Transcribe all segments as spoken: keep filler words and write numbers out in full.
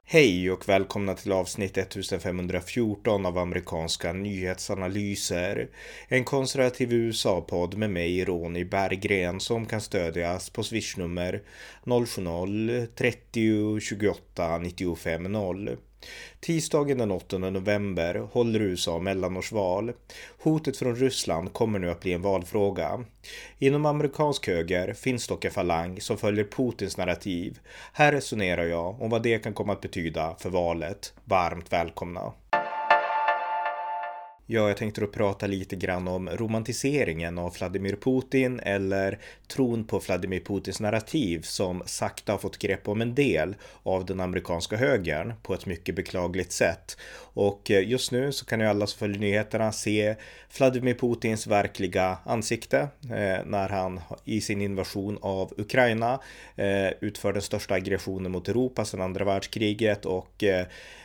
Hej och välkomna till avsnitt femtonhundrafjorton av amerikanska nyhetsanalyser. En konservativ U S A-podd med mig, Ronny Berggren, som kan stödjas på swishnummer noll sju noll, trettio, tjugoåtta, nittiofem noll. Tisdagen den åttonde november håller U S A mellanårsval. Hotet från Ryssland kommer nu att bli en valfråga. Inom amerikansk höger finns dock en falang som följer Putins narrativ. Här resonerar jag om vad det kan komma att betyda för valet. Varmt välkomna! Ja, jag tänkte då prata lite grann om romantiseringen av Vladimir Putin eller tron på Vladimir Putins narrativ som sakta har fått grepp om en del av den amerikanska högern på ett mycket beklagligt sätt. Och just nu så kan ju alla som följer nyheterna se Vladimir Putins verkliga ansikte eh, när han i sin invasion av Ukraina eh, utför den största aggressionen mot Europa sedan andra världskriget och eh,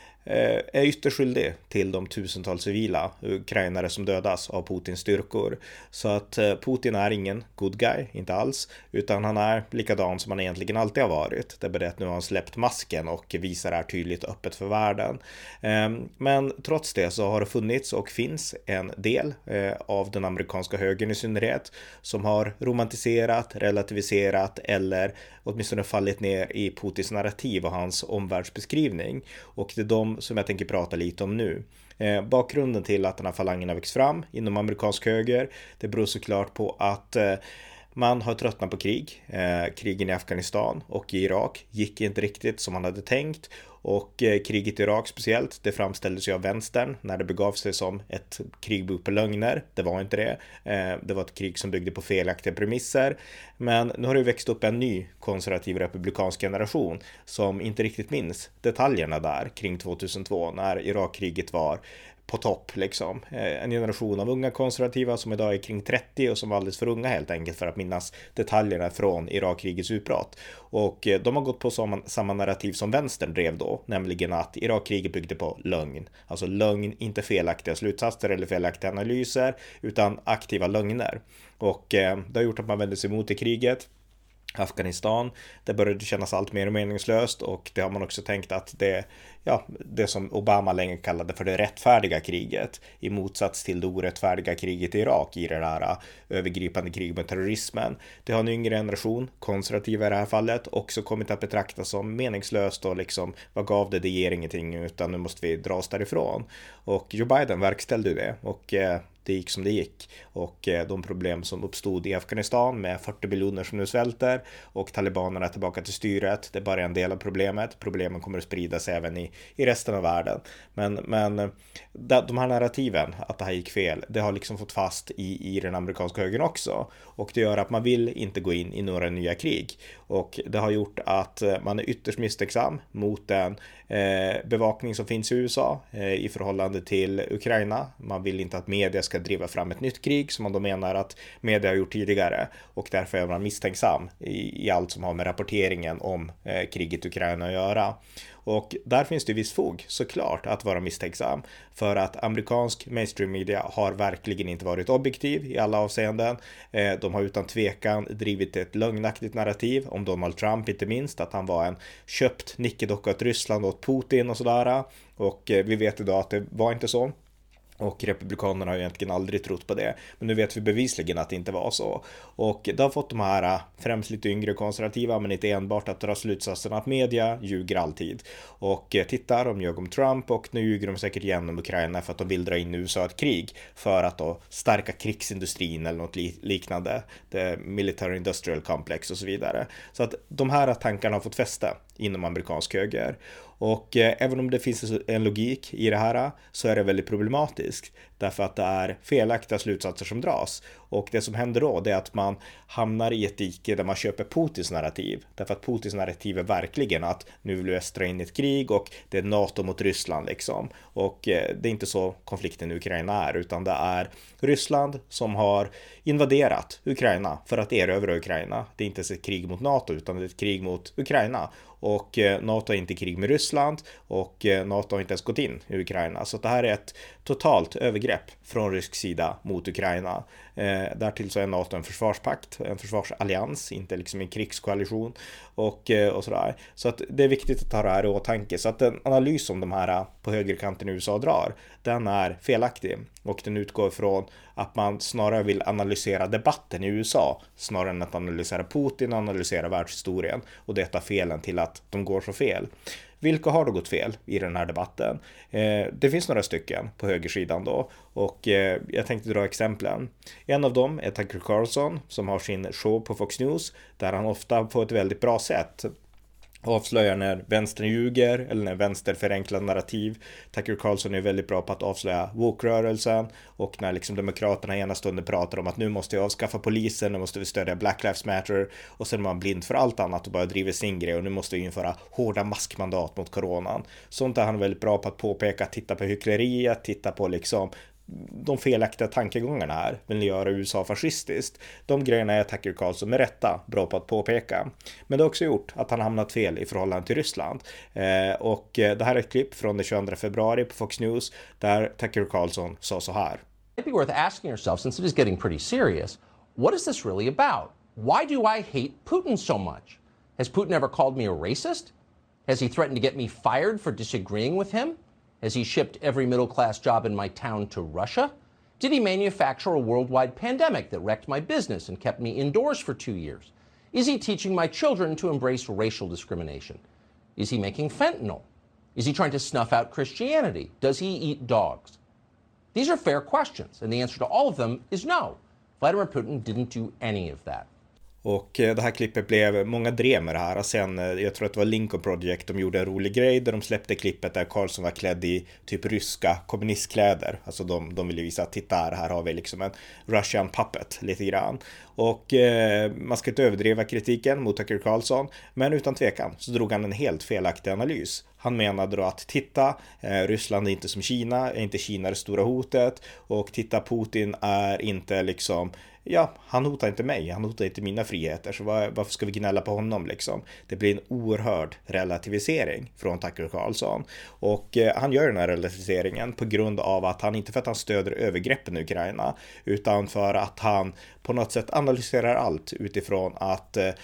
är ytterst skyldig till de tusentals civila ukrainare som dödas av Putins styrkor. Så att Putin är ingen good guy, inte alls, utan han är likadan som han egentligen alltid har varit. Det är bara att nu har han släppt masken och visar det här tydligt öppet för världen. Men trots det så har det funnits och finns en del av den amerikanska högern i synnerhet som har romantiserat, relativiserat eller åtminstone fallit ner i Putins narrativ och hans omvärldsbeskrivning. Och det är de som jag tänker prata lite om nu. Eh, bakgrunden till att den här falangen har växt fram inom amerikansk höger, det beror såklart på att eh, man har tröttnat på krig. Eh, krigen i Afghanistan och i Irak gick inte riktigt som man hade tänkt. Och eh, kriget i Irak speciellt, det framställdes ju av vänstern när det begav sig som ett krig byggt på lögner. Det var inte det. Eh, det var ett krig som byggde på felaktiga premisser. Men nu har det växt upp en ny konservativ republikansk generation som inte riktigt minns detaljerna där kring tvåtusentvå när Irakkriget var på topp liksom. En generation av unga konservativa som idag är kring trettio och som var alldeles för unga helt enkelt för att minnas detaljerna från Irakkrigets utbrott. Och de har gått på samma, samma narrativ som vänstern drev då, nämligen att Irakkriget byggde på lögn. Alltså lögn, inte felaktiga slutsatser eller felaktiga analyser utan aktiva lögner. Och eh, det har gjort att man vände sig emot i kriget. Afghanistan, det började kännas allt mer meningslöst och det har man också tänkt att det, ja, det som Obama länge kallade för det rättfärdiga kriget i motsats till det orättfärdiga kriget i Irak i det där övergripande kriget med terrorismen. Det har en yngre generation, konservativa i det här fallet, också kommit att betraktas som meningslöst och liksom, vad gav det, det ger ingenting utan nu måste vi dra oss därifrån. Och Joe Biden verkställde det och eh, det gick som det gick och de problem som uppstod i Afghanistan med fyrtio miljoner som nu svälter och talibanerna är tillbaka till styret, det är bara en del av problemet. Problemen kommer att sprida sig även i, i resten av världen. Men, men de här narrativen att det här gick fel, det har liksom fått fast i, i den amerikanska högern också och det gör att man vill inte gå in i några nya krig och det har gjort att man är ytterst misstänksam mot den eh, bevakning som finns i U S A eh, i förhållande till Ukraina. Man vill inte att media ska driva fram ett nytt krig som man då menar att media har gjort tidigare och därför är man misstänksam i, i allt som har med rapporteringen om eh, kriget i Ukraina att göra. Och där finns det viss fog såklart att vara misstänksam för att amerikansk mainstream media har verkligen inte varit objektiv i alla avseenden. Eh, de har utan tvekan drivit ett lögnaktigt narrativ om Donald Trump, inte minst att han var en köpt nickedocka åt Ryssland och åt Putin och sådär. Och eh, vi vet idag att det var inte så. Och republikanerna har egentligen aldrig trott på det. Men nu vet vi bevisligen att det inte var så. Och det har fått de här främst lite yngre konservativa men inte enbart att dra slutsatsen att media ljuger alltid. Och tittar, de ljög om Trump och nu ljuger de säkert igen om Ukraina för att de vill dra in U S A i ett krig för att då stärka krigsindustrin eller något liknande. Det military industrial complex och så vidare. Så att de här tankarna har fått fäste inom amerikansk höger. Och eh, även om det finns en logik i det här så är det väldigt problematiskt därför att det är felaktiga slutsatser som dras. Och det som händer då det är att man hamnar i ett dike där man köper Putins narrativ. Därför att Putins narrativ är verkligen att nu vill västra in i ett krig och det är NATO mot Ryssland liksom. Och eh, det är inte så konflikten i Ukraina är utan det är Ryssland som har invaderat Ukraina för att erövra Ukraina. Det är inte ett krig mot NATO utan det är ett krig mot Ukraina. Och NATO är inte i krig med Ryssland och NATO har inte ens gått in i Ukraina. Så det här är ett totalt övergrepp angrepp från rysk sida mot Ukraina. Eh, därtill så är NATO en försvarspakt, en försvarsallians, inte liksom en krigskoalition och, eh, och sådär. Så att det är viktigt att ta det här i åtanke. Så att en analys som de här på högerkanten i U S A drar, den är felaktig. Och den utgår från att man snarare vill analysera debatten i U S A snarare än att analysera Putin och analysera världshistorien. Och det tar felen till att de går så fel. Vilka har då gått fel i den här debatten? Eh, det finns några stycken på högersidan då och eh, jag tänkte dra exemplen. En av dem är Tucker Carlson som har sin show på Fox News där han ofta på ett väldigt bra sätt avslöjar när vänstern ljuger eller när vänster förenklar narrativ. Tucker Carlson är väldigt bra på att avslöja woke-rörelsen och när liksom demokraterna ena stunden pratar om att nu måste vi avskaffa polisen, nu måste vi stödja Black Lives Matter och sen är man blind för allt annat och bara driver sin grej och nu måste vi införa hårda maskmandat mot coronan. Sånt är han väldigt bra på att påpeka, titta på hyckleriet, titta på liksom de felaktiga tankegångarna här, vill ni göra U S A fascistiskt. De grejerna är Tucker Carlson med rätta bra på att påpeka. Men det har också gjort att han hamnat fel i förhållande till Ryssland. Eh, och det här är ett klipp från den tjugoandra februari på Fox News där Tucker Carlson sa så här. It might be worth asking yourself, since it is getting pretty serious, what is this really about? Why do I hate Putin so much? Has Putin ever called me a racist? Has he threatened to get me fired for disagreeing with him? Has he shipped every middle-class job in my town to Russia? Did he manufacture a worldwide pandemic that wrecked my business and kept me indoors for two years? Is he teaching my children to embrace racial discrimination? Is he making fentanyl? Is he trying to snuff out Christianity? Does he eat dogs? These are fair questions, and the answer to all of them is no. Vladimir Putin didn't do any of that. Och det här klippet blev, många drev med det här. Sen, jag tror att det var Lincoln Project, de gjorde en rolig grej där de släppte klippet där Carlson var klädd i typ ryska kommunistkläder. Alltså de, de ville visa att titta här, här har vi liksom en Russian puppet lite grann. Och eh, man ska inte överdriva kritiken mot Tucker Carlson, men utan tvekan så drog han en helt felaktig analys. Han menade då att titta, eh, Ryssland är inte som Kina, är inte Kina det stora hotet och titta, Putin är inte liksom, ja, han hotar inte mig, han hotar inte mina friheter, så var, varför ska vi gnälla på honom liksom? Det blir en oerhörd relativisering från Tucker Carlson och eh, han gör den här relativiseringen på grund av att han inte för att han stöder övergreppen i Ukraina utan för att han på något sätt analyserar allt utifrån att eh,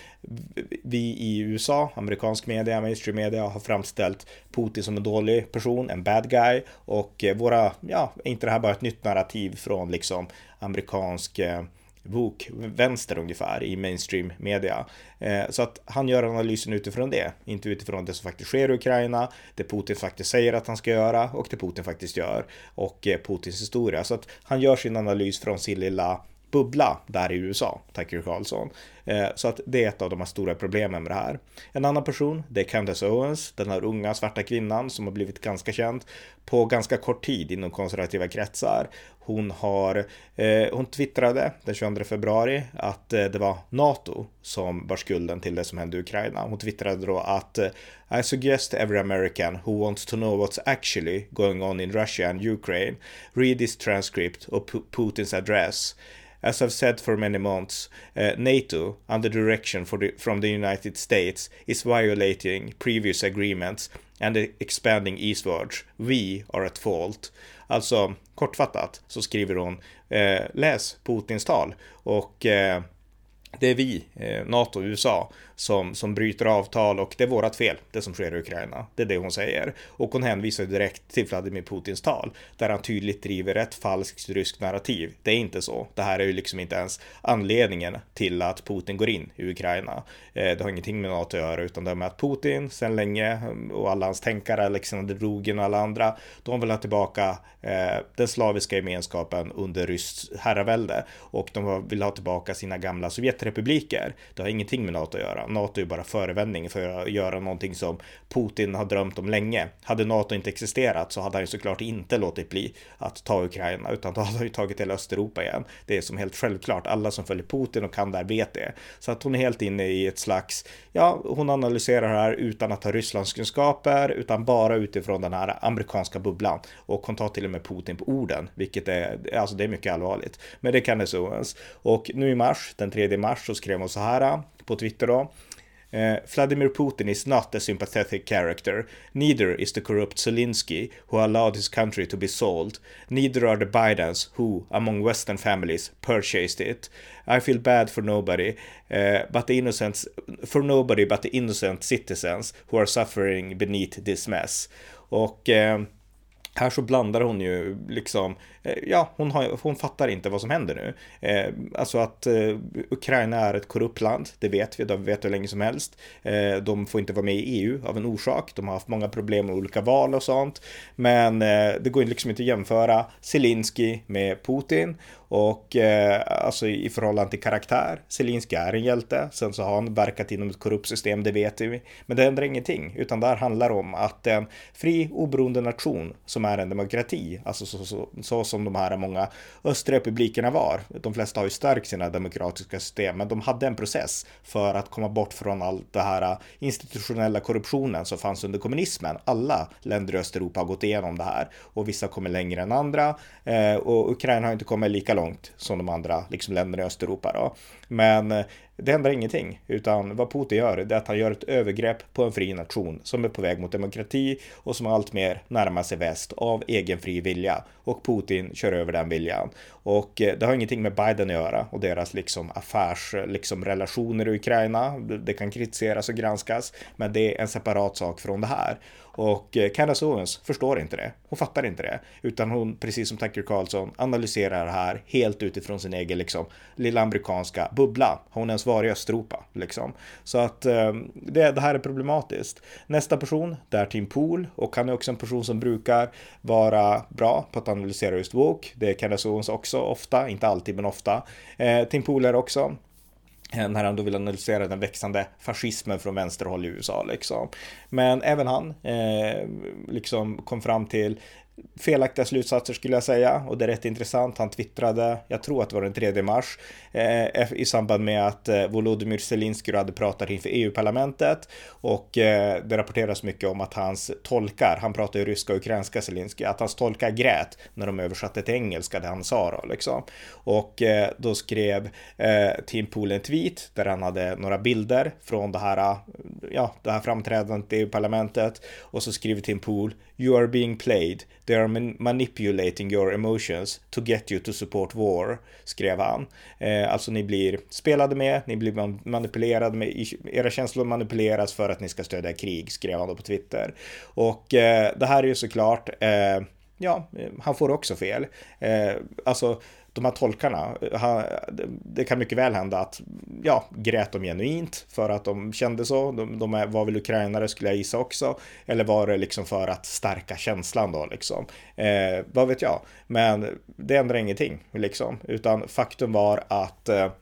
vi i U S A, amerikansk media, mainstream media har framställt Putin som en dålig person, en bad guy och eh, våra, ja, är inte det här bara ett nytt narrativ från liksom amerikansk eh, woke vänster ungefär i mainstream media. Eh, så att han gör analysen utifrån det, inte utifrån det som faktiskt sker i Ukraina, det Putin faktiskt säger att han ska göra och det Putin faktiskt gör och eh, Putins historia. Så att han gör sin analys från sin lilla bubbla där i U S A, Tucker Carlson. Eh, så att det är ett av de här stora problemen med det här. En annan person, det är Candace Owens, den här unga svarta kvinnan som har blivit ganska känd på ganska kort tid inom konservativa kretsar. Hon har, eh, hon twittrade den tjugoandra februari att eh, det var NATO som bar skulden till det som hände i Ukraina. Hon twittrade då att eh, I suggest every American who wants to know what's actually going on in Russia and Ukraine read this transcript of P- Putin's address. As I've said for many months, uh, NATO, under direction for the, from the United States, is violating previous agreements and expanding eastwards. We are at fault. Alltså, kortfattat så skriver hon, eh, läs Putins tal och eh, det är vi, eh, NATO och U S A, som, som bryter avtal och det är vårat fel, det som sker i Ukraina. Det är det hon säger. Och hon hänvisar direkt till Vladimir Putins tal, där han tydligt driver ett falskt ryskt narrativ. Det är inte så. Det här är ju liksom inte ens anledningen till att Putin går in i Ukraina. Eh, det har ingenting med NATO att göra, utan det är med att Putin sedan länge och alla hans tänkare, Alexander Dugin och alla andra, de vill ha tillbaka eh, den slaviska gemenskapen under ryskt herravälde och de vill ha tillbaka sina gamla Sovjetrepubliker. Det har ingenting med NATO att göra. NATO är bara förevändning för att göra någonting som Putin har drömt om länge. Hade NATO inte existerat så hade han ju såklart inte låtit bli att ta Ukraina, utan då hade han ju tagit hela Östeuropa igen. Det är som helt självklart. Alla som följer Putin och kan där vet det. Så att hon är helt inne i ett slags, ja, hon analyserar det här utan att ha Rysslands kunskaper, utan bara utifrån den här amerikanska bubblan. Och hon tar till och med Putin på orden, vilket är, alltså det är mycket allvarligt. Men det kan det så ens. Och nu i mars, den tredje mars, så skrev hon så här på Twitter då. Uh, Vladimir Putin is not a sympathetic character. Neither is the corrupt Zelensky, who allowed his country to be sold. Neither are the Bidens, who, among Western families, purchased it. I feel bad for nobody, uh, but the innocent, for nobody but the innocent citizens who are suffering beneath this mess. Och uh, här så blandar hon ju liksom, ja, hon, har, hon fattar inte vad som händer nu. Eh, alltså att eh, Ukraina är ett korrupt land, det vet vi, det vet vi hur länge som helst. Eh, de får inte vara med i E U av en orsak, de har haft många problem med olika val och sånt. Men eh, det går liksom inte att jämföra Zelensky med Putin. Och eh, alltså i förhållande till karaktär, Zelensky är en hjälte, sen så har han verkat inom ett korrupt system, det vet vi. Men det ändrar ingenting, utan där handlar om att en fri, oberoende nation som är en demokrati, alltså så, så, så som de här många östrepublikerna var. De flesta har ju stärkt sina demokratiska system, men de hade en process för att komma bort från all det här institutionella korruptionen som fanns under kommunismen. Alla länder i Östeuropa har gått igenom det här, och vissa kommer längre än andra, eh, och Ukraina har inte kommit lika långt som de andra liksom länderna i Östeuropa då. Men eh, det ändrar ingenting, utan vad Putin gör är att han gör ett övergrepp på en fri nation som är på väg mot demokrati och som allt mer närmar sig väst av egen fri vilja, och Putin kör över den viljan. Och det har ingenting med Biden att göra och deras liksom affärs liksom relationer i Ukraina. Det kan kritiseras och granskas, men det är en separat sak från det här. Och Candace Owens förstår inte det. Hon fattar inte det. Utan hon, precis som Tucker Carlson, analyserar det här helt utifrån sin egen liksom, lilla amerikanska bubbla. Hon ens var i Östeuropa. Liksom. Så att det, det här är problematiskt. Nästa person, det är Tim Pool. Och han är också en person som brukar vara bra på att analysera just woke. Det är Candace Owens också ofta. Inte alltid, men ofta. Eh, Tim Pool är också... när han då vill analysera den växande fascismen från vänsterhåll i U S A liksom. Men även han eh, liksom kom fram till felaktiga slutsatser skulle jag säga, och det är rätt intressant. Han twittrade, jag tror att det var den tredje mars, eh, i samband med att eh, Volodymyr Zelensky hade pratat inför E U-parlamentet, och eh, det rapporteras mycket om att hans tolkar, han pratar ju ryska och ukrainska Zelensky, att hans tolkar grät när de översatte till engelska det han sa då, liksom. Och eh, då skrev eh, Tim Pool en tweet där han hade några bilder från det här, ja, det här framträdandet i E U-parlamentet, och så skriver Tim Pool: "You are being played. They are man- manipulating your emotions to get you to support war", skrev han. Eh, alltså ni blir spelade med, ni blir man- manipulerade med, era känslor manipuleras för att ni ska stödja krig, skrev han då på Twitter. Och eh, det här är ju såklart, eh, ja, han får också fel. Eh, alltså de här tolkarna, det kan mycket väl hända att, ja, grät de genuint för att de kände så, de, de var väl ukrainare skulle jag gissa också, eller var det liksom för att stärka känslan då liksom, eh, vad vet jag, men det ändrar ingenting liksom, utan faktum var att eh,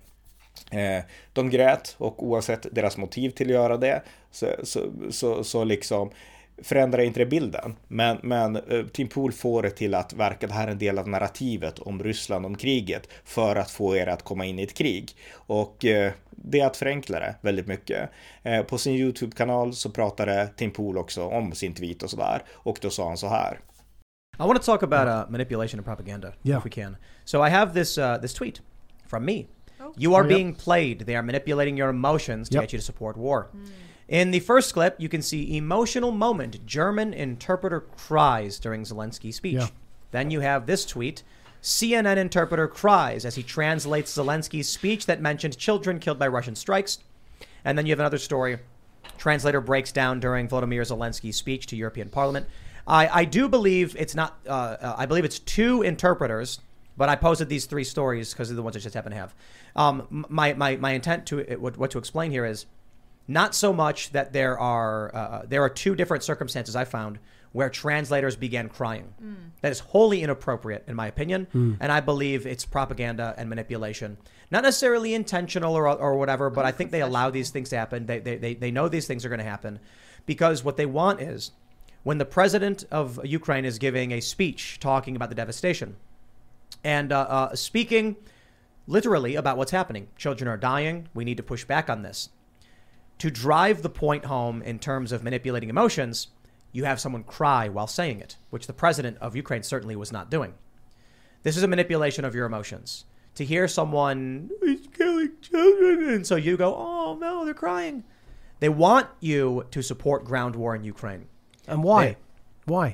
de grät, och oavsett deras motiv till att göra det så, så, så, så liksom förändrar inte det bilden, men, men uh, Tim Pool får det till att verka det här är en del av narrativet om Ryssland, om kriget, för att få er att komma in i ett krig, och uh, det är att förenkla det väldigt mycket. Uh, på sin YouTube-kanal så pratade Tim Pool också om sin tweet och sådär, och då sa han så här: I want to talk about uh, manipulation and propaganda, yeah. if we can. So I have this uh, this tweet from me. Oh. You are oh, being yep. played. They are manipulating your emotions to yep. get you to support war. Mm. In the first clip, you can see emotional moment. German interpreter cries during Zelensky's speech. Yeah. Then you have this tweet. C N N interpreter cries as he translates Zelensky's speech that mentioned children killed by Russian strikes. And then you have another story. Translator breaks down during Volodymyr Zelensky's speech to European Parliament. I, I do believe it's not, uh, uh, I believe it's two interpreters, but I posted these three stories because they're the ones I just happen to have. Um, my, my, my intent to, what, what to explain here is, not so much that there are uh, there are two different circumstances I found where translators began crying. Mm. That is wholly inappropriate, in my opinion, mm. and I believe it's propaganda and manipulation. Not necessarily intentional or or whatever, but I think they allow these things to happen. They they they, they know these things are going to happen because what they want is when the president of Ukraine is giving a speech talking about the devastation and uh, uh, speaking literally about what's happening. Children are dying. We need to push back on this. To drive the point home in terms of manipulating emotions, you have someone cry while saying it, which the president of Ukraine certainly was not doing. This is a manipulation of your emotions. To hear someone, he's killing children, and so you go, oh no, they're crying. They want you to support ground war in Ukraine. And why? They, why?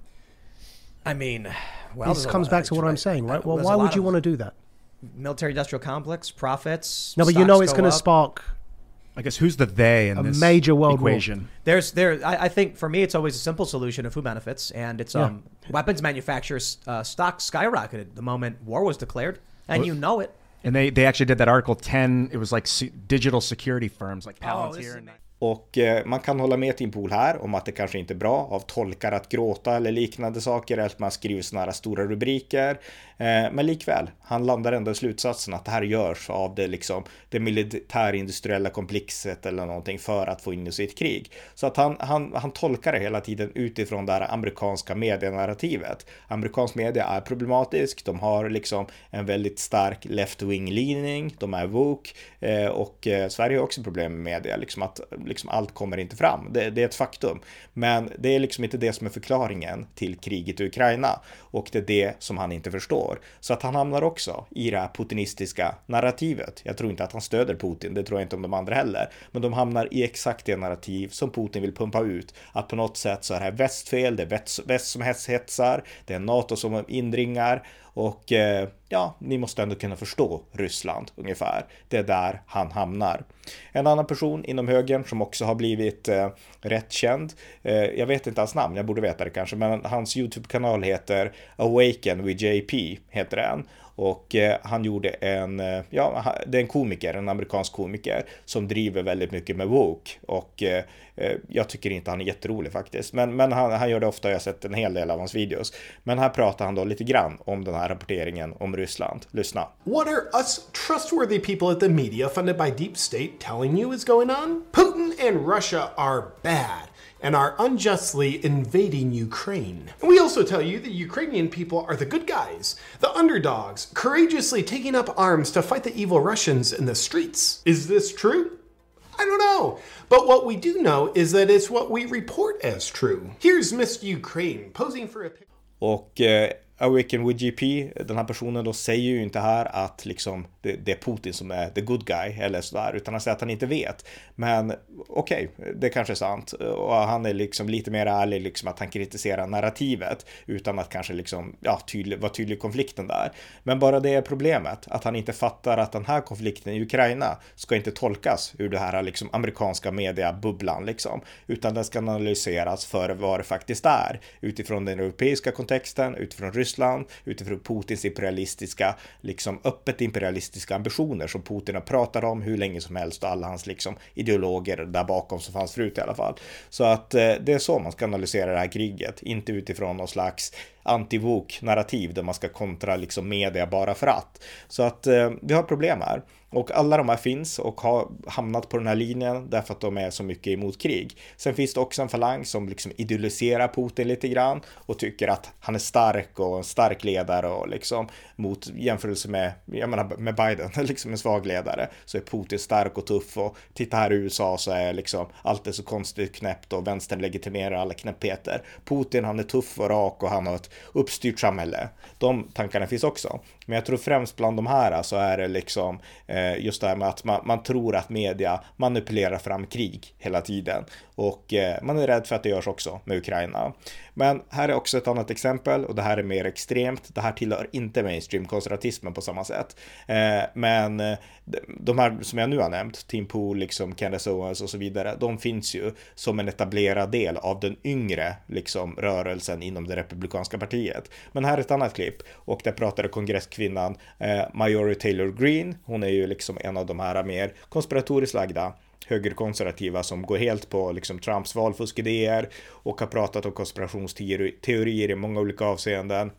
I mean, well, this comes back to what I'm saying, right? Well, why would you want to do that? Military-industrial complex, profits. No, but you know it's going to spark. I guess who's the they in a this major world equation? War. There's there. I, I think for me, it's always a simple solution of who benefits, and it's yeah. um weapons manufacturers uh, stock skyrocketed the moment war was declared, and you know it. And they they actually did that article ten. It was like se- digital security firms like Palantir. Oh, and Och eh, man kan hålla med Tim Pool här om att det kanske inte är bra av tolkar att gråta eller liknande saker, eller att man skriver såna här stora rubriker. Eh, men likväl, han landar ändå i slutsatsen att det här görs av det, liksom, det militärindustriella komplexet eller någonting för att få in oss i ett krig. Så att han, han, han tolkar det hela tiden utifrån det här amerikanska medienarrativet. Amerikansk media är problematisk, de har liksom en väldigt stark left-wing-leaning, de är woke, eh, och eh, Sverige har också problem med media, liksom att liksom allt kommer inte fram. Det, det är ett faktum. Men det är liksom inte det som är förklaringen till kriget i Ukraina. Och det är det som han inte förstår. Så att han hamnar också i det här putinistiska narrativet. Jag tror inte att han stöder Putin. Det tror jag inte om de andra heller. Men de hamnar i exakt det narrativ som Putin vill pumpa ut. Att på något sätt så är det här västfel. Det är väst, väst som hetsar. Det är NATO som inringar. Och eh, ja, ni måste ändå kunna förstå Ryssland ungefär. Det är där han hamnar. En annan person inom högern som också har blivit eh, rätt känd. Eh, jag vet inte hans namn, jag borde veta det kanske. Men hans YouTube-kanal heter Awaken with J P, heter den. Och eh, han gjorde en, eh, ja, det är en komiker, en amerikansk komiker som driver väldigt mycket med woke. Och eh, jag tycker inte han är jätterolig faktiskt. Men, men han, han gör det ofta, jag har sett en hel del av hans videos. Men här pratar han då lite grann om den här rapporteringen om Ryssland. Lyssna. What are us trustworthy people at the media funded by deep state telling you is going on? Putin and Russia are bad and are unjustly invading Ukraine. And we also tell you the Ukrainian people are the good guys, the underdogs, courageously taking up arms to fight the evil Russians in the streets. Is this true? I don't know. But what we do know is that it's what we report as true. Here's Miss Ukraine posing for a picture. Och eh, Awaken with G P, den här personen då säger ju inte här att liksom det, det är Putin som är the good guy eller sådär, utan han säger att han inte vet. Men okej, okay, det kanske är sant. Och han är liksom lite mer ärlig, liksom att han kritiserar narrativet utan att kanske liksom, ja, tydlig, vara tydlig i konflikten där. Men bara det är problemet, att han inte fattar att den här konflikten i Ukraina ska inte tolkas ur det här liksom amerikanska mediabubblan liksom, utan den ska analyseras för vad det faktiskt är, utifrån den europeiska kontexten, utifrån Ryssland, utifrån Putins imperialistiska, liksom öppet imperialistiska ambitioner som Putin har pratat om hur länge som helst, och alla hans liksom ideologer där bakom som fanns förut i alla fall. Så att eh, det är så man ska analysera det här kriget, inte utifrån någon slags anti-woke narrativ där man ska kontra liksom media bara för att. Så att eh, vi har problem här. Och alla de här finns och har hamnat på den här linjen därför att de är så mycket emot krig. Sen finns det också en falang som liksom idealiserar Putin lite grann och tycker att han är stark och en stark ledare, och liksom mot jämförelse med, jag menar, med Biden, liksom en svag ledare, så är Putin stark och tuff, och titta här i U S A så är liksom allt är så konstigt knäppt och vänstern legitimerar alla knäppheter. Putin, han är tuff och rak och han har ett uppstyrt samhälle. De tankarna finns också. Men jag tror främst bland de här så är det liksom eh, just det här med att man, man tror att media manipulerar fram krig hela tiden. Och eh, man är rädd för att det görs också med Ukraina. Men här är också ett annat exempel, och det här är mer extremt. Det här tillhör inte mainstream-konservatismen på samma sätt. Eh, men eh, de här som jag nu har nämnt, Tim Pool, liksom Candace Owens och så vidare, de finns ju som en etablerad del av den yngre liksom, rörelsen inom det republikanska partiet. Men här är ett annat klipp, och där pratade kongresskvinnan eh, Marjorie Taylor Greene. Hon är ju liksom en av de här mer konspiratoriskt lagda högerkonservativa som går helt på liksom Trumps valfuskidéer och har pratat om konspirationsteorier i många olika avseenden.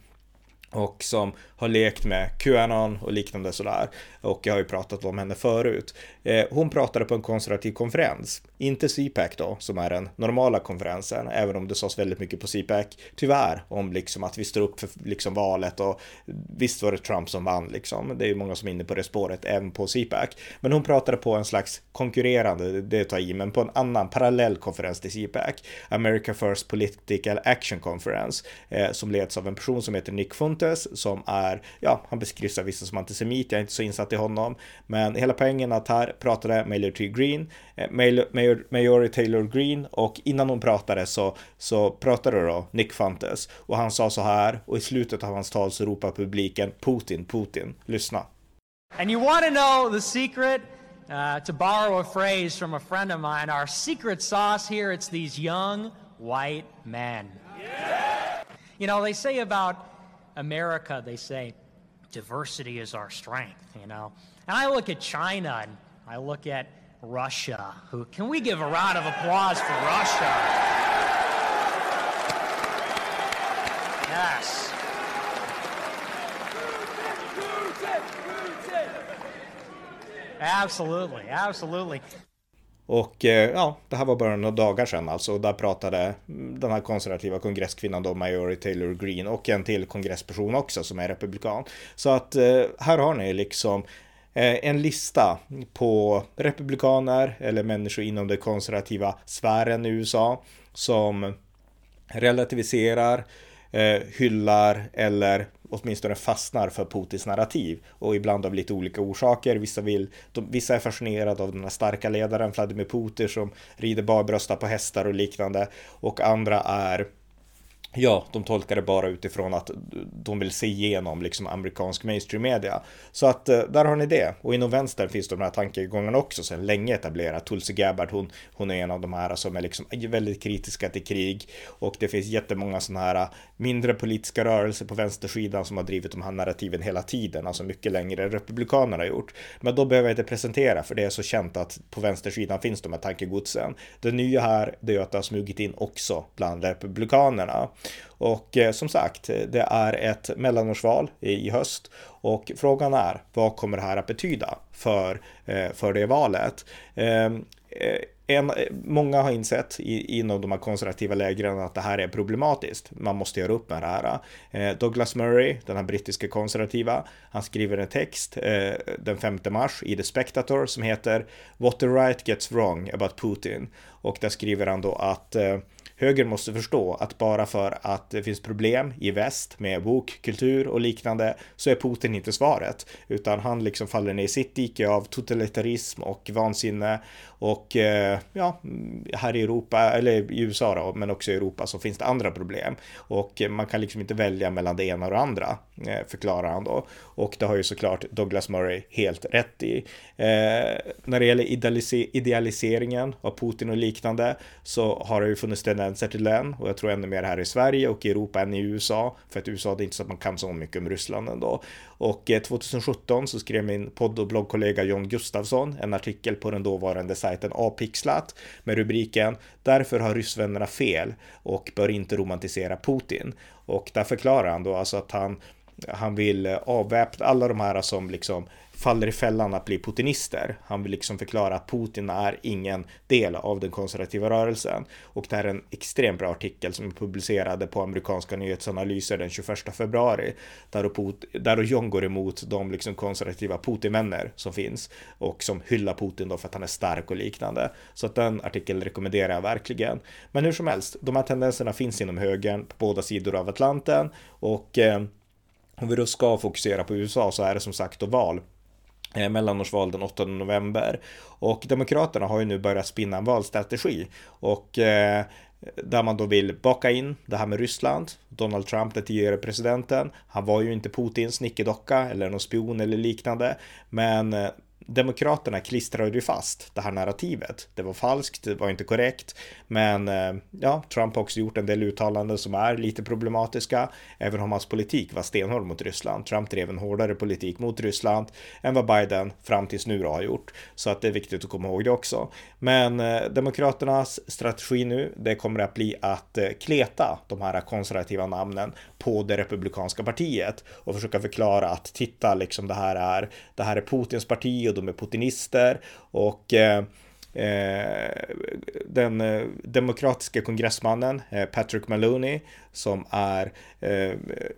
Och som har lekt med QAnon och liknande sådär. Och jag har ju pratat om henne förut. Eh, hon pratade på en konservativ konferens. Inte C PAC då, som är den normala konferensen. Även om det sades väldigt mycket på C PAC. Tyvärr, om liksom att vi står upp för liksom valet. Och visst var det Trump som vann liksom. Det är ju många som är inne på det spåret, även på C PAC. Men hon pratade på en slags konkurrerande, det tar i, men på en annan parallell konferens till C PAC. America First Political Action Conference. Eh, som leds av en person som heter Nick Fuentes. Fuentes som är, ja, han beskrivs av vissa som antisemit, jag är inte så insatt i honom, men hela poängen att här pratade Marjorie Green, eh, Major, Marjorie Taylor Greene, och innan hon pratade så, så pratade då Nick Fuentes, och han sa så här, och i slutet av hans tal så ropar publiken Putin, Putin, lyssna. And you want to know the secret? Uh, to borrow a phrase from a friend of mine, our secret sauce here, it's these young white men. Yeah! You know, they say about America, they say, diversity is our strength, you know. And I look at China and I look at Russia, who, can we give a round of applause for Russia? Yes. Absolutely, absolutely. Och eh, ja, det här var bara några dagar sedan alltså, och där pratade den här konservativa kongresskvinnan då, Marjorie Taylor Greene, och en till kongressperson också som är republikan. Så att eh, här har ni liksom eh, en lista på republikaner eller människor inom den konservativa sfären i U S A som relativiserar, eh, hyllar eller åtminstone fastnar för Putins narrativ, och ibland av lite olika orsaker. Vissa, vill, de, vissa är fascinerade av den här starka ledaren Vladimir Putin som rider barbröstar på hästar och liknande, och andra är, ja, de tolkar det bara utifrån att de vill se igenom liksom amerikansk mainstream media. Så att där har ni det. Och inom vänstern finns de här tankegångarna också sedan länge etablerat. Tulsi Gabbard, hon, hon är en av de här som är liksom väldigt kritiska till krig, och det finns jättemånga sådana här mindre politiska rörelser på vänstersidan som har drivit de här narrativen hela tiden, alltså mycket längre än republikanerna har gjort. Men då behöver jag inte presentera, för det är så känt att på vänstersidan finns de här tankegodsen. Det nya här, det är att det har smugit in också bland republikanerna. Och eh, som sagt, det är ett mellanårsval i, i höst, och frågan är, vad kommer det här att betyda för, eh, för det valet? Eh, en, många har insett i, inom de här konservativa lägren att det här är problematiskt. Man måste göra upp med det här. Eh, Douglas Murray, den här brittiska konservativa, han skriver en text eh, den femte mars i The Spectator som heter What the right gets wrong about Putin. Och där skriver han då att eh, högern måste förstå att bara för att det finns problem i väst med bokkultur och liknande så är Putin inte svaret, utan han liksom faller ner i sitt dike av totalitarism och vansinne. Och eh, ja, här i Europa, eller i U S A då, men också i Europa, så finns det andra problem, och man kan liksom inte välja mellan det ena och det andra, eh, förklarar han då. Och det har ju såklart Douglas Murray helt rätt i. Eh, när det gäller idealise- idealiseringen av Putin och liknande så har det ju funnits tendenser till den, och jag tror ännu mer här i Sverige och i Europa än i U S A, för att U S A det är inte så att man kan så mycket om Ryssland ändå. Och eh, tjugohundrasjutton så skrev min podd- och bloggkollega John Gustafsson en artikel på den dåvarande sajten Apixlat med rubriken "Därför har ryssvännerna fel och bör inte romantisera Putin". Och där förklarar han då alltså att han, han vill avväpna alla de här som liksom faller i fällan att bli putinister. Han vill liksom förklara att Putin är ingen del av den konservativa rörelsen. Och det här är en extremt bra artikel som är publicerad på amerikanska nyhetsanalyser den tjugoförsta februari. Där, Put- där John går emot de liksom konservativa Putin-vänner som finns och som hyllar Putin då för att han är stark och liknande. Så att den artikeln rekommenderar jag verkligen. Men hur som helst, de här tendenserna finns inom högern på båda sidor av Atlanten. Och eh, om vi då ska fokusera på U S A så är det som sagt då val. Mellanårsval den åttonde november, och Demokraterna har ju nu börjat spinna en valstrategi, och eh, där man då vill baka in det här med Ryssland. Donald Trump, den tidigare presidenten, han var ju inte Putins nickedocka eller någon spion eller liknande, men eh, Demokraterna klistrade ju fast det här narrativet. Det var falskt, det var inte korrekt, men ja, Trump har också gjort en del uttalanden som är lite problematiska, även om hans politik var stenhård mot Ryssland. Trump drev en hårdare politik mot Ryssland än vad Biden fram tills nu har gjort, så att det är viktigt att komma ihåg det också. Men eh, Demokraternas strategi nu, det kommer att bli att eh, kleta de här konservativa namnen på det republikanska partiet och försöka förklara att titta, liksom det här är, det här är Putins parti och de är putinister, och eh, eh, den eh, demokratiska kongressmannen eh, Patrick Maloney, som är eh,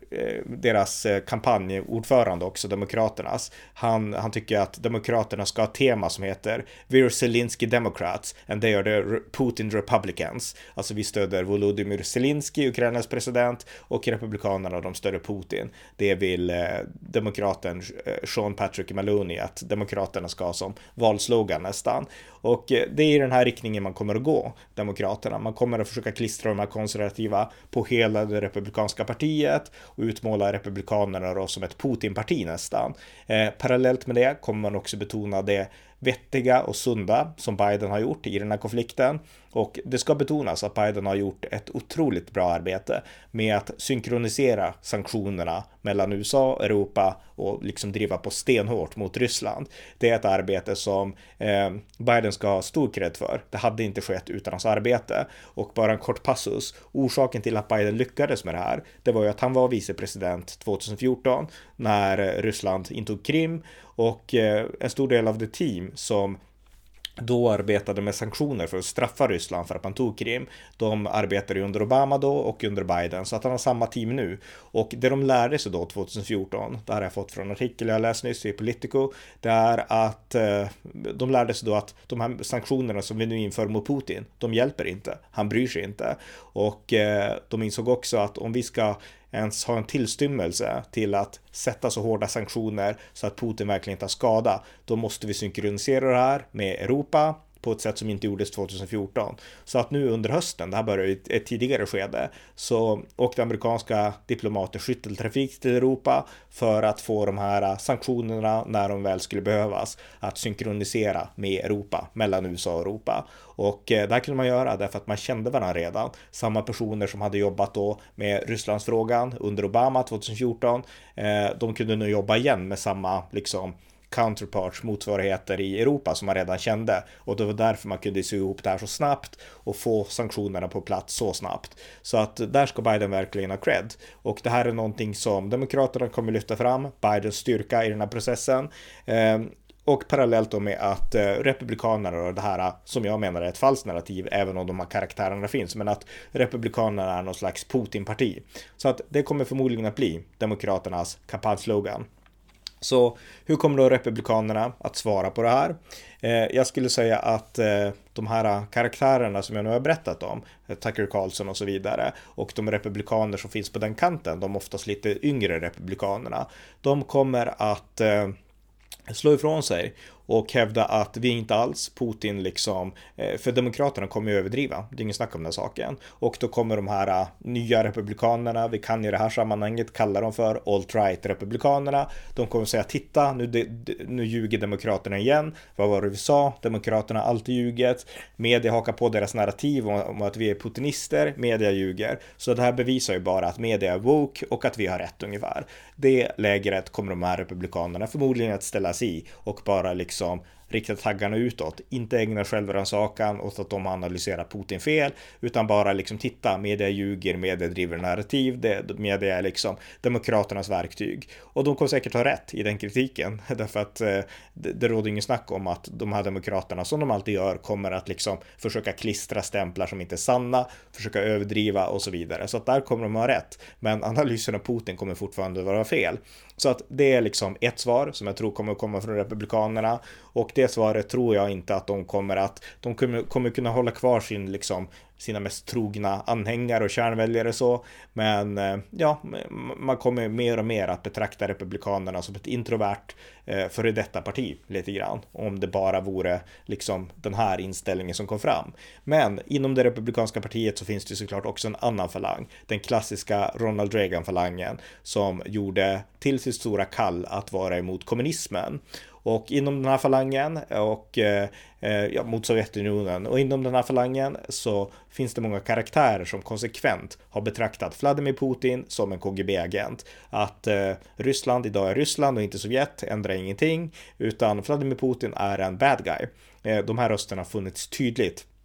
deras kampanjordförande också, Demokraternas. Han, han tycker att Demokraterna ska ha ett tema som heter We're Zelensky Democrats and they are the Putin Republicans. Alltså vi stöder Volodymyr Zelensky, Ukrainas president, och republikanerna de stöder Putin. Det vill eh, demokraten eh, Sean Patrick Maloney att Demokraterna ska ha som valslogan nästan. Och eh, det är i den här riktningen man kommer att gå, Demokraterna. Man kommer att försöka klistra de här konservativa på hela det republikanska partiet och utmåla republikanerna då som ett Putin-parti nästan. Eh, parallellt med det kommer man också betona det vettiga och sunda som Biden har gjort i den här konflikten. Och det ska betonas att Biden har gjort ett otroligt bra arbete med att synkronisera sanktionerna mellan U S A och Europa och liksom driva på stenhårt mot Ryssland. Det är ett arbete som eh, Biden ska ha stor cred för. Det hade inte skett utan hans arbete. Och bara en kort passus. Orsaken till att Biden lyckades med det här, det var ju att han var vicepresident tjugohundrafjorton när Ryssland intog Krim, och eh, en stor del av det team som då arbetade med sanktioner för att straffa Ryssland för att man tog Krim. De arbetade under Obama då och under Biden, så att han har samma team nu. Och det de lärde sig då tjugohundrafjorton, det här har jag fått från en artikel jag läste nyss i Politico, det är att eh, de lärde sig då att de här sanktionerna som vi nu inför mot Putin, de hjälper inte. Han bryr sig inte. Och eh, de insåg också att om vi ska ens ha en tillstymmelse till att sätta så hårda sanktioner så att Putin verkligen inte har skada, då måste vi synkronisera det här med Europa på ett sätt som inte gjordes tjugohundrafjorton. Så att nu under hösten, det här började i ett tidigare skede, så åkte amerikanska diplomater skytteltrafik till Europa för att få de här sanktionerna, när de väl skulle behövas, att synkronisera med Europa, mellan U S A och Europa. Och eh, det här kunde man göra därför att man kände varandra redan. Samma personer som hade jobbat då med Rysslandsfrågan under Obama tjugohundrafjorton, eh, de kunde nu jobba igen med samma liksom counterparts, motsvarigheter i Europa som man redan kände, och det var därför man kunde sy ihop det här så snabbt och få sanktionerna på plats så snabbt. Så att där ska Biden verkligen ha cred, och det här är någonting som Demokraterna kommer lyfta fram, Bidens styrka i den här processen. Eh, Och parallellt då med att eh, republikanerna och det här som jag menar är ett falskt narrativ, även om de här karaktärerna finns, men att republikanerna är någon slags Putin-parti. Så att det kommer förmodligen att bli Demokraternas kampanjslogan. Så hur kommer då republikanerna att svara på det här? Eh, jag skulle säga att eh, de här karaktärerna som jag nu har berättat om, Tucker Carlson och så vidare, och de republikaner som finns på den kanten, de oftast lite yngre republikanerna, de kommer att eh, slå ifrån sig och hävda att vi inte alls Putin liksom, för demokraterna kommer ju överdriva, det är ingen snack om den saken, och då kommer de här nya republikanerna, vi kan i det här sammanhanget kalla dem för alt-right republikanerna, de kommer säga titta, nu, de, nu ljuger demokraterna igen, vad var det vi sa, demokraterna har alltid ljugit, media hakar på deras narrativ om, om att vi är putinister, media ljuger, så det här bevisar ju bara att media är woke och att vi har rätt ungefär. Det lägret kommer de här republikanerna förmodligen att ställa sig i och bara liksom som riktar taggarna utåt, inte ägnar självrannsakan åt att de analyserar Putin fel, utan bara liksom titta, media ljuger, media driver narrativ, det, media är liksom demokraternas verktyg. Och de kommer säkert ha rätt i den kritiken, därför att eh, det, det råder ingen snack om att de här demokraterna, som de alltid gör, kommer att liksom försöka klistra stämplar som inte är sanna, försöka överdriva och så vidare. Så att där kommer de ha rätt, men analysen av Putin kommer fortfarande vara fel. Så att det är liksom ett svar som jag tror kommer att komma från republikanerna, och det svaret tror jag inte att de kommer att de kommer, kommer kunna hålla kvar sin liksom sina mest trogna anhängare och kärnväljare så, men ja, man kommer mer och mer att betrakta republikanerna som ett introvert eh, före detta parti lite grann, om det bara vore liksom den här inställningen som kom fram. Men inom det republikanska partiet så finns det såklart också en annan falang, den klassiska Ronald Reagan-falangen som gjorde till sitt stora kall att vara emot kommunismen. Och inom den här falangen och eh, ja, mot Sovjetunionen, och inom den här falangen så finns det många karaktärer som konsekvent har betraktat Vladimir Putin som en K G B-agent. Att eh, Ryssland idag är Ryssland och inte Sovjet ändrar ingenting, utan Vladimir Putin är en bad guy. Eh, de här rösterna har funnits tydligt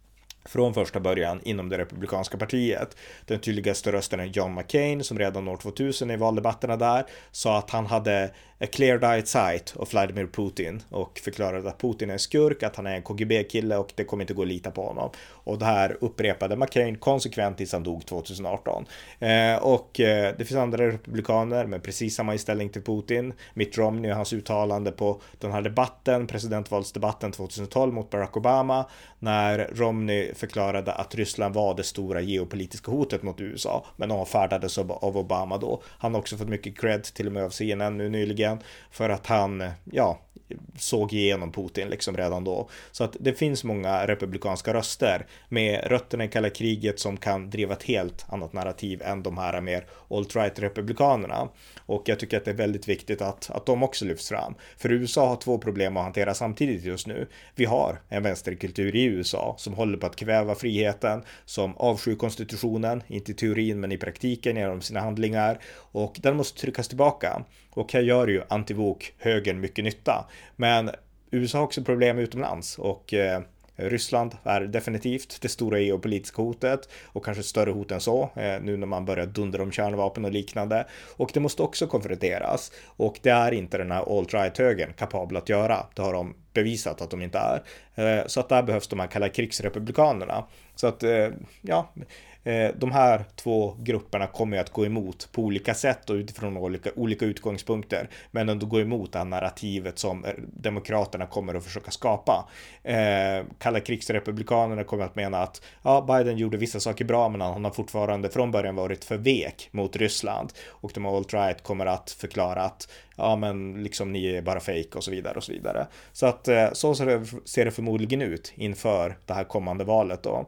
från första början inom det republikanska partiet. Den tydligaste rösten är John McCain som redan år tvåtusen i valdebatterna där sa att han hade a clear diet sight of Vladimir Putin och förklarade att Putin är en skurk, att han är en K G B-kille och det kommer inte gå att lita på honom. Och det här upprepade McCain konsekvent tills han dog tjugoarton. Eh, och eh, det finns andra republikaner med precis samma inställning till Putin. Mitt Romney och hans uttalande på den här debatten, presidentvalsdebatten tjugotolv mot Barack Obama, när Romney förklarade att Ryssland var det stora geopolitiska hotet mot U S A, men avfärdades av Obama då. Han har också fått mycket cred till och med av C N N nu nyligen för att han, ja, såg igenom Putin liksom redan då. Så att det finns många republikanska röster med rötterna i kalla kriget som kan driva ett helt annat narrativ än de här mer alt-right republikanerna. Och jag tycker att det är väldigt viktigt att, att de också lyfts fram. För U S A har två problem att hantera samtidigt just nu. Vi har en vänsterkultur i U S A som håller på att kväva friheten, som avskyr konstitutionen, inte i teorin men i praktiken genom sina handlingar, och den måste tryckas tillbaka. Och här gör ju antivok högern mycket nytta. Men U S A har också problem utomlands och eh, Ryssland är definitivt det stora geopolitiska hotet och kanske större hot än så eh, nu när man börjar dundra om kärnvapen och liknande. Och det måste också konfronteras och det är inte den här alt-right-högern kapabel att göra. Det har de bevisat att de inte är. Eh, så att där behövs de här kalla krigsrepublikanerna. Så att, eh, ja... De här två grupperna kommer att gå emot på olika sätt och utifrån olika, olika utgångspunkter, men ändå gå emot det här narrativet som demokraterna kommer att försöka skapa. Eh, kalla krigsrepublikanerna kommer att mena att ja, Biden gjorde vissa saker bra, men han har fortfarande från början varit för vek mot Ryssland, och de alt-right kommer att förklara att ja, men liksom ni är bara fake och så vidare och så vidare. Så att så ser det förmodligen ut inför det här kommande valet då.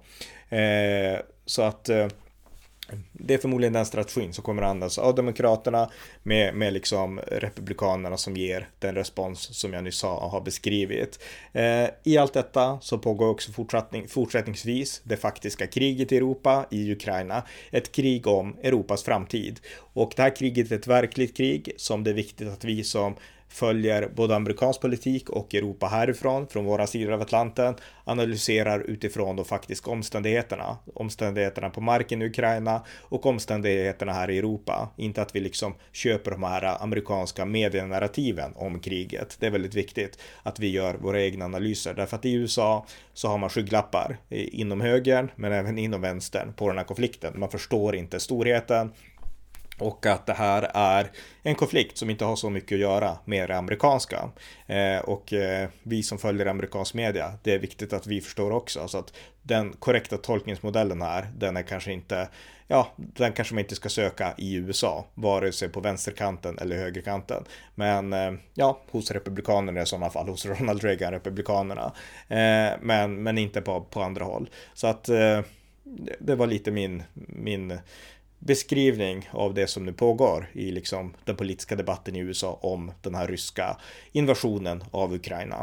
Eh, så att eh, det är förmodligen den strategin som kommer att användas av demokraterna med, med liksom republikanerna som ger den respons som jag nyss sa har beskrivit. Eh, I allt detta så pågår också fortsättning, fortsättningsvis det faktiska kriget i Europa, i Ukraina. Ett krig om Europas framtid. Och det här kriget är ett verkligt krig som det är viktigt att vi som följer både amerikansk politik och Europa härifrån, från våra sidor av Atlanten, analyserar utifrån de faktiska omständigheterna. Omständigheterna på marken i Ukraina och omständigheterna här i Europa. Inte att vi liksom köper de här amerikanska medienarrativen om kriget. Det är väldigt viktigt att vi gör våra egna analyser. Därför att i U S A så har man skygglappar inom högern men även inom vänstern på den här konflikten. Man förstår inte storheten. Och att det här är en konflikt som inte har så mycket att göra med det amerikanska. Eh, och eh, vi som följer amerikansk media, det är viktigt att vi förstår också. Så att den korrekta tolkningsmodellen här, den är kanske inte, ja, den kanske man inte ska söka i U S A, vare sig på vänsterkanten eller högerkanten. Men eh, ja, hos republikanerna i sådana fall, hos Ronald Reagan, republikanerna. Eh, men, men inte på, på andra håll. Så att eh, det var lite min... min beskrivning av det som nu pågår i liksom den politiska debatten i U S A om den här ryska invasionen av Ukraina.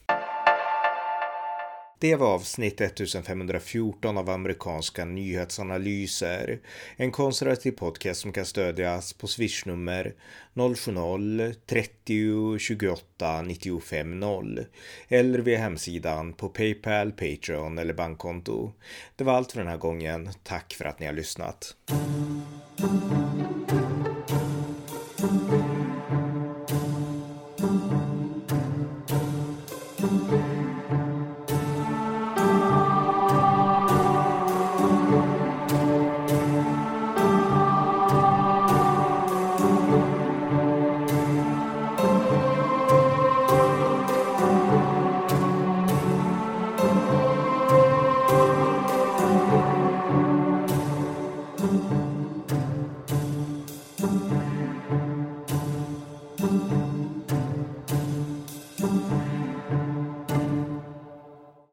Det var avsnitt femtonhundrafjorton av amerikanska nyhetsanalyser. En konservativ podcast som kan stödjas på swishnummer noll sju noll trettio tjugoåtta nittiofem noll eller via hemsidan på PayPal, Patreon eller bankkonto. Det var allt för den här gången. Tack för att ni har lyssnat. Thank you.